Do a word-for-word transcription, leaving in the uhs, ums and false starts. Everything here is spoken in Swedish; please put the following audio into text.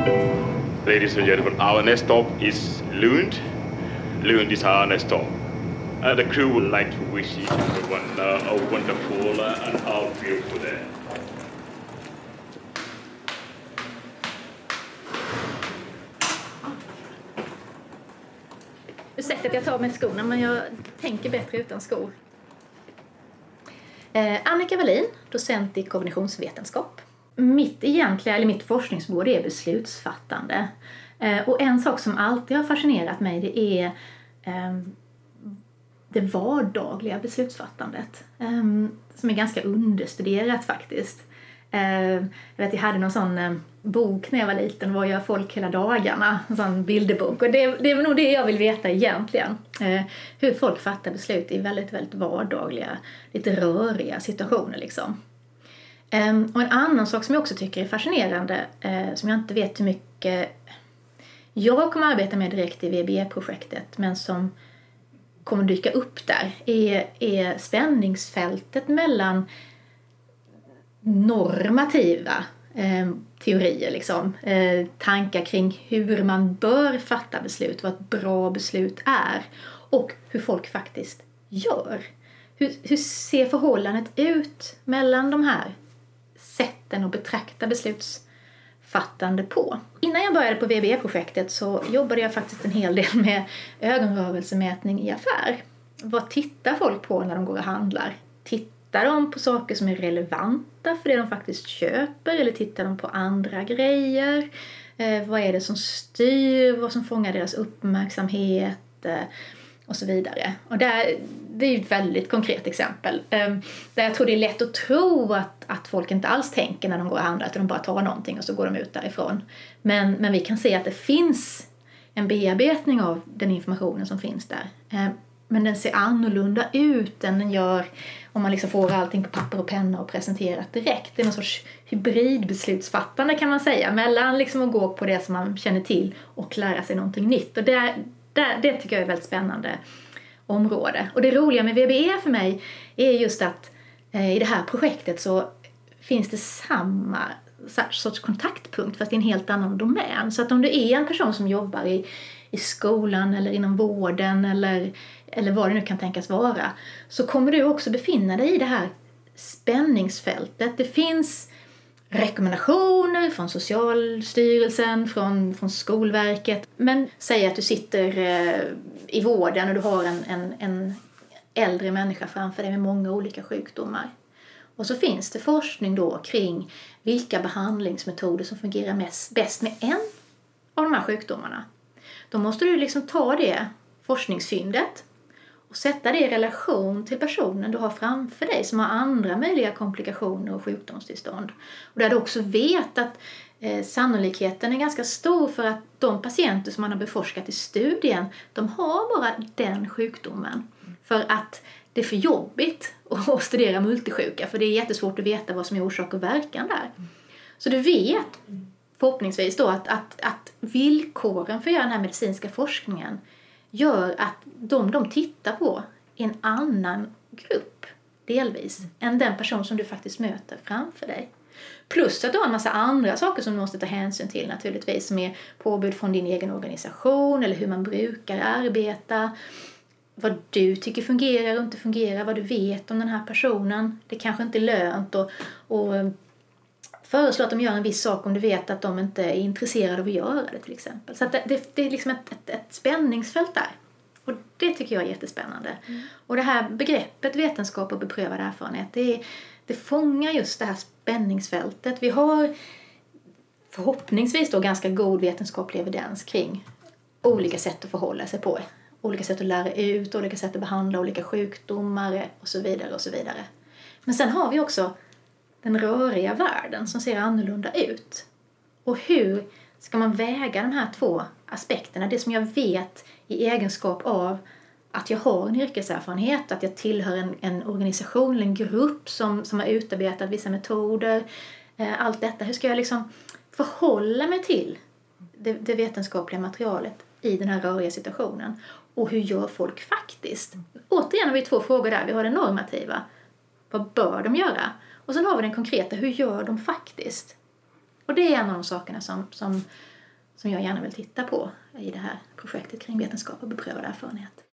Ladies and gentlemen, our next stop is Lund. Lund is our next stop. Uh, the crew would like to wish each other one, uh, a wonderful uh, and all beautiful day. Ursäkta att jag tar med skorna, men jag tänker bättre utan skor. Eh, Annika Wallin, docent i kognitionsvetenskap. Mitt egentliga, eller mitt forskningsområde är beslutsfattande. Eh, och en sak som alltid har fascinerat mig, det är eh, det vardagliga beslutsfattandet. Eh, som är ganska understuderat faktiskt. Eh, jag vet, jag hade någon sån eh, bok när jag var liten, Vad gör folk hela dagarna? En sån bilderbok. Och det, det är nog det jag vill veta egentligen. Eh, hur folk fattar beslut i väldigt, väldigt vardagliga, lite röriga situationer liksom. Eh, och en annan sak som jag också tycker är fascinerande, eh, som jag inte vet hur mycket jag kommer arbeta med direkt i V B E-projektet, men som kommer dyka upp där, är, är spänningsfältet mellan normativa eh, teorier, liksom. Eh, tankar kring hur man bör fatta beslut, vad ett bra beslut är, och hur folk faktiskt gör. Hur, hur ser förhållandet ut mellan de här sätten att betrakta beslutsfattande på? Innan jag började på V B E-projektet så jobbade jag faktiskt en hel del med ögonrörelsemätning i affär. Vad tittar folk på när de går och handlar? Tittar de på saker som är relevanta för det de faktiskt köper, eller tittar de på andra grejer? Eh, vad är det som styr, vad som fångar deras uppmärksamhet eh, och så vidare. Och där, det är ett väldigt konkret exempel. Eh, där jag tror det är lätt att tro att, att folk inte alls tänker när de går och handlar, att de bara tar någonting och så går de ut därifrån. Men, men vi kan se att det finns en bearbetning av den informationen som finns där. Eh, Men den ser annorlunda ut än den gör om man liksom får allting på papper och penna och presenterat direkt. Det är någon sorts hybridbeslutsfattande, kan man säga. Mellan liksom att gå på det som man känner till och lära sig någonting nytt. Och det, det, det tycker jag är ett väldigt spännande område. Och det roliga med V B E för mig är just att eh, i det här projektet så finns det samma sorts kontaktpunkt, fast i en helt annan domän. Så att om du är en person som jobbar i, i skolan eller inom vården eller eller vad det nu kan tänkas vara, så kommer du också befinna dig i det här spänningsfältet. Det finns rekommendationer från Socialstyrelsen, från, från Skolverket. Men säg att du sitter eh, i vården och du har en, en, en äldre människa framför dig med många olika sjukdomar. Och så finns det forskning då kring vilka behandlingsmetoder som fungerar mest, bäst med en av de här sjukdomarna. Då måste du liksom ta det forskningsfyndet och sätta det i relation till personen du har framför dig som har andra möjliga komplikationer och sjukdomstillstånd. Och där du också vet att eh, sannolikheten är ganska stor för att de patienter som man har beforskat i studien, de har bara den sjukdomen. För att det är för jobbigt att studera multisjuka, för det är jättesvårt att veta vad som är orsak och verkan där. Så du vet förhoppningsvis då att, att, att villkoren för att göra den här medicinska forskningen gör att de de tittar på är en annan grupp delvis än den person som du faktiskt möter framför dig. Plus att du har en massa andra saker som du måste ta hänsyn till naturligtvis, som är påbud från din egen organisation eller hur man brukar arbeta, vad du tycker fungerar och inte fungerar, vad du vet om den här personen. Det kanske inte är lönt att och föreslå att de gör en viss sak om du vet att de inte är intresserade av att göra det till exempel. Så att det, det, det är liksom ett, ett, ett spänningsfält där. Och det tycker jag är jättespännande. Mm. Och det här begreppet vetenskap och beprövad erfarenhet, det, är, det fångar just det här spänningsfältet. Vi har förhoppningsvis då ganska god vetenskaplig evidens kring olika sätt att förhålla sig på. Olika sätt att lära ut, olika sätt att behandla olika sjukdomar och så vidare och så vidare. Men sen har vi också den röriga världen som ser annorlunda ut. Och hur ska man väga de här två aspekterna? Det som jag vet i egenskap av att jag har en yrkeserfarenhet, att jag tillhör en, en organisation eller en grupp som, som har utarbetat vissa metoder. Eh, allt detta, hur ska jag liksom förhålla mig till det, det vetenskapliga materialet i den här röriga situationen? Och hur gör folk faktiskt? Återigen har vi två frågor där. Vi har det normativa. Vad bör de göra? Och sen har vi den konkreta. Hur gör de faktiskt? Och det är en av de sakerna som, som, som jag gärna vill titta på i det här projektet kring vetenskap och beprövad erfarenhet.